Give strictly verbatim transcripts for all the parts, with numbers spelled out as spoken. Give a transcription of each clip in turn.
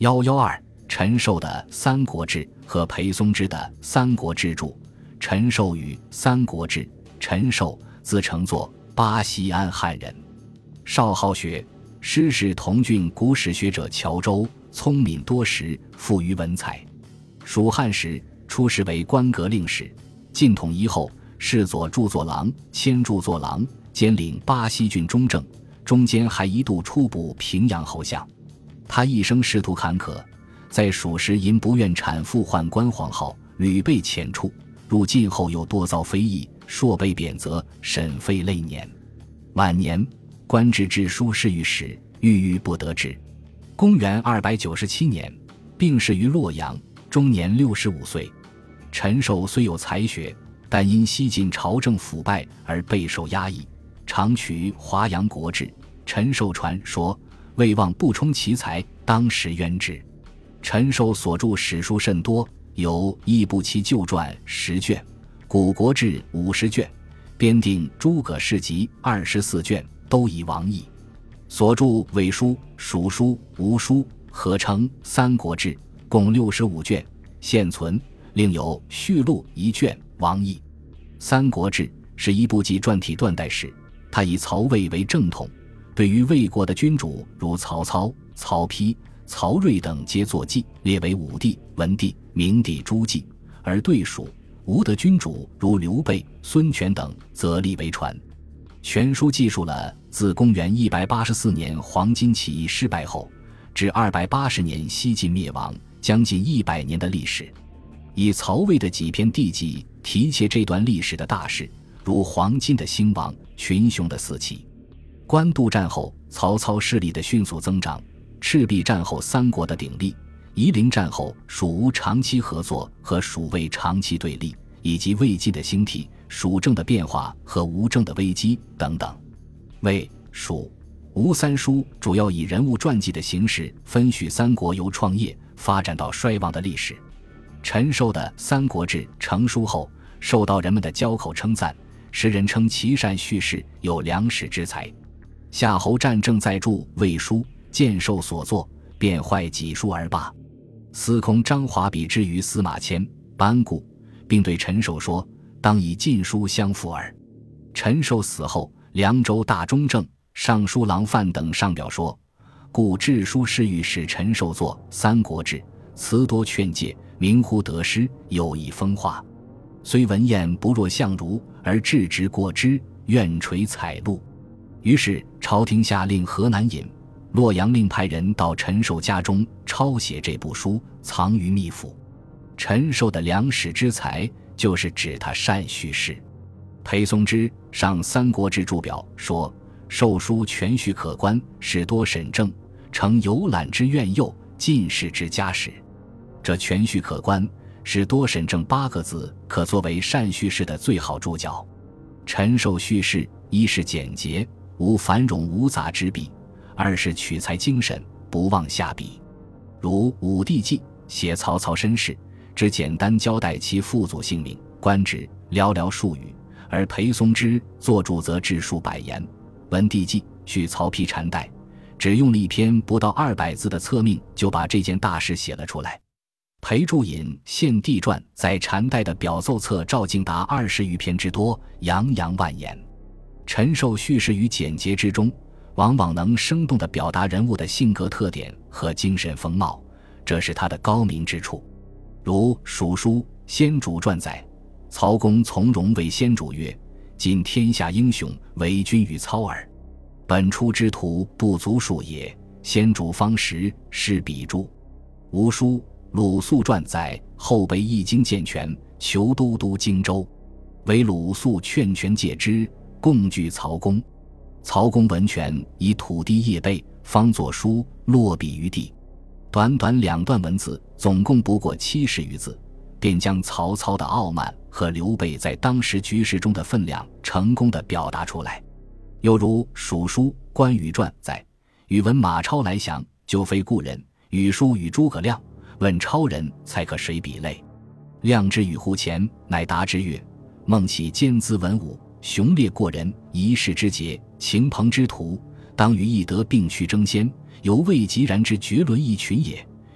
一一二陈寿的《三国志》和裴松之的《三国志注》。陈寿与《三国志》。陈寿字承作，巴西安汉人，少好学，师事同郡古史学者乔州，聪敏多识，富于文采。蜀汉时出仕为官阁令史，晋统一后侍左著作郎、迁著作郎，兼领巴西郡中正，中间还一度出补平阳侯相。他一生仕途坎坷，在蜀时因不愿产妇宦官皇号，屡被遣处，入晋后又多遭非议，硕被贬谪，审废累年。晚年官至治书侍御史，郁郁不得志。公元二百九十七年病逝于洛阳，终年六十五岁。陈寿虽有才学，但因西晋朝政腐败而备受压抑，常取华阳国志。陈寿传说，未望不充其才，当时冤之。陈寿所著史书甚多，有《义部其旧传》十卷，古国志五十卷，编定诸葛事集二十四卷，都已亡佚。所著伪书、蜀书、吴书合称《三国志》，共六十五卷，现存，另有续录一卷，亡佚。《三国志》是一部纪传体断代史，它以曹魏为正统，对于魏国的君主如曹操、曹丕、曹睿等皆作记，列为武帝、文帝、明帝诸记；而对蜀、吴的君主如刘备、孙权等则立为传。全书记述了自公元一百八十四年黄巾起义失败后至二百八十年西晋灭亡将近一百年的历史，以曹魏的几篇地记提携这段历史的大事，如黄巾的兴亡、群雄的四起、官渡战后曹操势力的迅速增长、赤壁战后三国的鼎立、夷陵战后蜀吴长期合作和蜀魏长期对立，以及魏晋的兴替、蜀政的变化和吴政的危机等等。魏、蜀、吴三书主要以人物传记的形式分叙三国由创业发展到衰亡的历史。陈寿的《三国志》成书后，受到人们的交口称赞，时人称其善叙事，有良史之才。夏侯湛正在著魏书，见寿所作，便坏几书而罢。司空张华比之于司马迁、班固，并对陈寿说：“当以晋书相附耳。”陈寿死后，凉州大中正、尚书郎范等上表说：“故治书侍御史陈寿作《三国志》，词多劝诫，明乎得失，有意风化。虽文彦不若相如，而治直过之，愿垂采录。”于是朝廷下令河南尹、洛阳令派人到陈寿家中抄写这部书，藏于秘府。陈寿的良史之才，就是指他善叙事。裴松之上《三国志》注表说：“寿书全序可观，事多审正，成游览之苑囿，进士之家史。”这全序可观、事多审正八个字，可作为善叙事的最好注脚。陈寿叙事，一是简洁，无繁冗无杂之笔；二是取材精神，不忘下笔。如《武帝纪》写曹操身世，只简单交代其父祖姓名、官职，寥寥数语；而裴松之作著则志数百言。《文帝纪》叙曹丕禅代，只用了一篇不到二百字的册命，就把这件大事写了出来。裴注引《献帝传》在禅代的表奏册照竟达二十余篇之多，洋洋万言。陈寿叙事于简洁之中，往往能生动地表达人物的性格特点和精神风貌，这是他的高明之处。如《蜀书·先主传》载，曹公从容为先主曰：“今天下英雄，为君与操耳。本初之徒不足数也，先主方识，是彼诸。”吴书《鲁肃传》载，后被易经健全，求都督荆州，为鲁肃劝权戒之，共拒曹公。曹公闻权，以土地业备，方作书，落笔于地。短短两段文字，总共不过七十余字，便将曹操的傲慢和刘备在当时局势中的分量成功地表达出来。又如《蜀书·关羽传》载，宇闻马超来降，就非故人，羽书与诸葛亮，问超人才可谁比类？亮之与乎前，乃答之曰：“孟起兼资文武，雄烈过人，一世之杰，秦彭之徒，当与翼德并驱争先，犹未及然之绝伦一群也。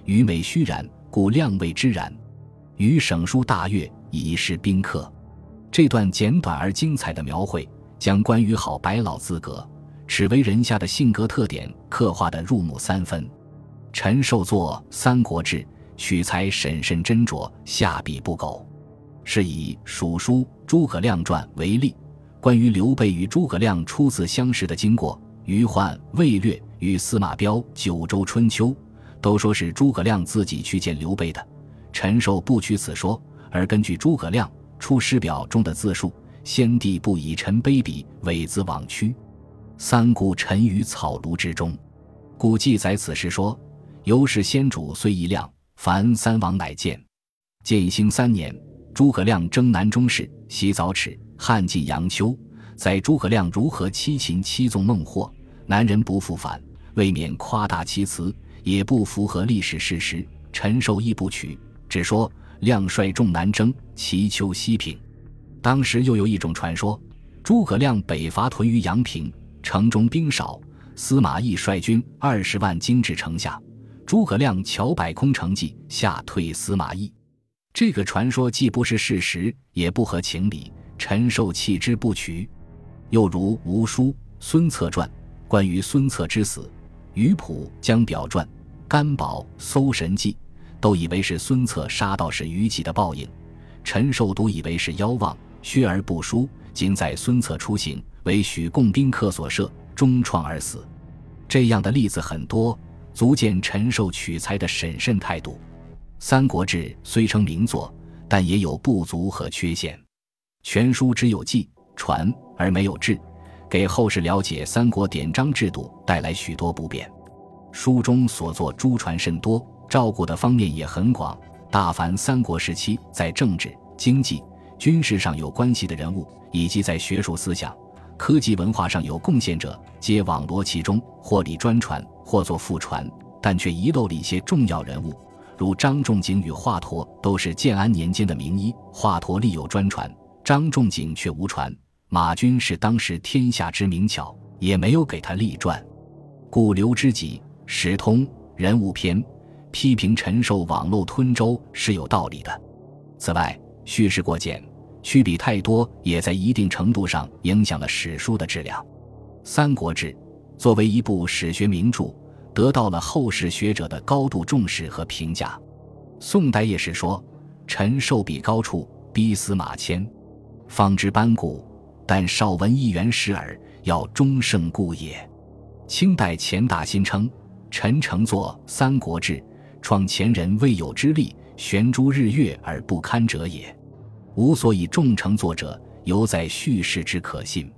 虞美虚然，故亮谓之然。虞省书大悦，以示宾客。这段简短而精彩的描绘，将关羽好白老资格、耻为人下的性格特点刻画得入木三分。陈寿作《三国志》，取材审慎斟酌，下笔不苟，是以《蜀书·诸葛亮传》为例，关于刘备与诸葛亮初次相识的经过，虞焕、魏略与司马彪《九州春秋》都说是诸葛亮自己去见刘备的。陈寿不取此说，而根据诸葛亮《出师表》中的自述，先帝不以臣卑鄙，猥自枉屈，三顾臣于草庐之中，故记载此事说，由是先主虽一亮，凡三王乃见。建兴三年，诸葛亮征南中士，袭早齿，汉晋阳丘，载诸葛亮如何七擒七纵孟获，南人不复返，未免夸大其词，也不符合历史事实。陈寿亦不取，只说亮率众南征，齐丘西平。当时又有一种传说，诸葛亮北伐屯于阳平，城中兵少，司马懿率军二十万精至城下，诸葛亮乔摆空城计，吓退司马懿。这个传说既不是事实，也不合情理，陈寿弃之不取。又如《吴书·孙策传》，关于孙策之死，于普《江表传》、甘宝《搜神记》都以为是孙策杀道士于己的报应，陈寿独以为是妖妄，削而不书，仅在孙策出行，为许贡宾客所设，中创而死。这样的例子很多，足见陈寿取材的审慎态度。《三国志》虽称名作，但也有不足和缺陷。全书只有记传而没有志，给后世了解三国典章制度带来许多不便。书中所作诸传甚多，照顾的方面也很广，大凡三国时期在政治、经济、军事上有关系的人物，以及在学术思想、科技文化上有贡献者，皆网罗其中，或理专传，或作附传，但却遗漏了一些重要人物，如张仲景与华佗都是建安年间的名医，华佗立有专传，张仲景却无传。马均是当时天下之名巧，也没有给他立传，故刘知己、史通人物篇批评陈寿网漏吞舟是有道理的。此外，叙事过简，曲笔太多，也在一定程度上影响了史书的质量。《三国志》作为一部史学名著，得到了后世学者的高度重视和评价。宋代叶氏说，陈寿笔高处，逼司马迁，方知班固，但少闻一元时耳，要终胜故也。清代钱大新称，陈诚作《三国志》，创前人未有之力，悬诸日月而不堪者也。吾所以重诚作者，犹在叙事之可信。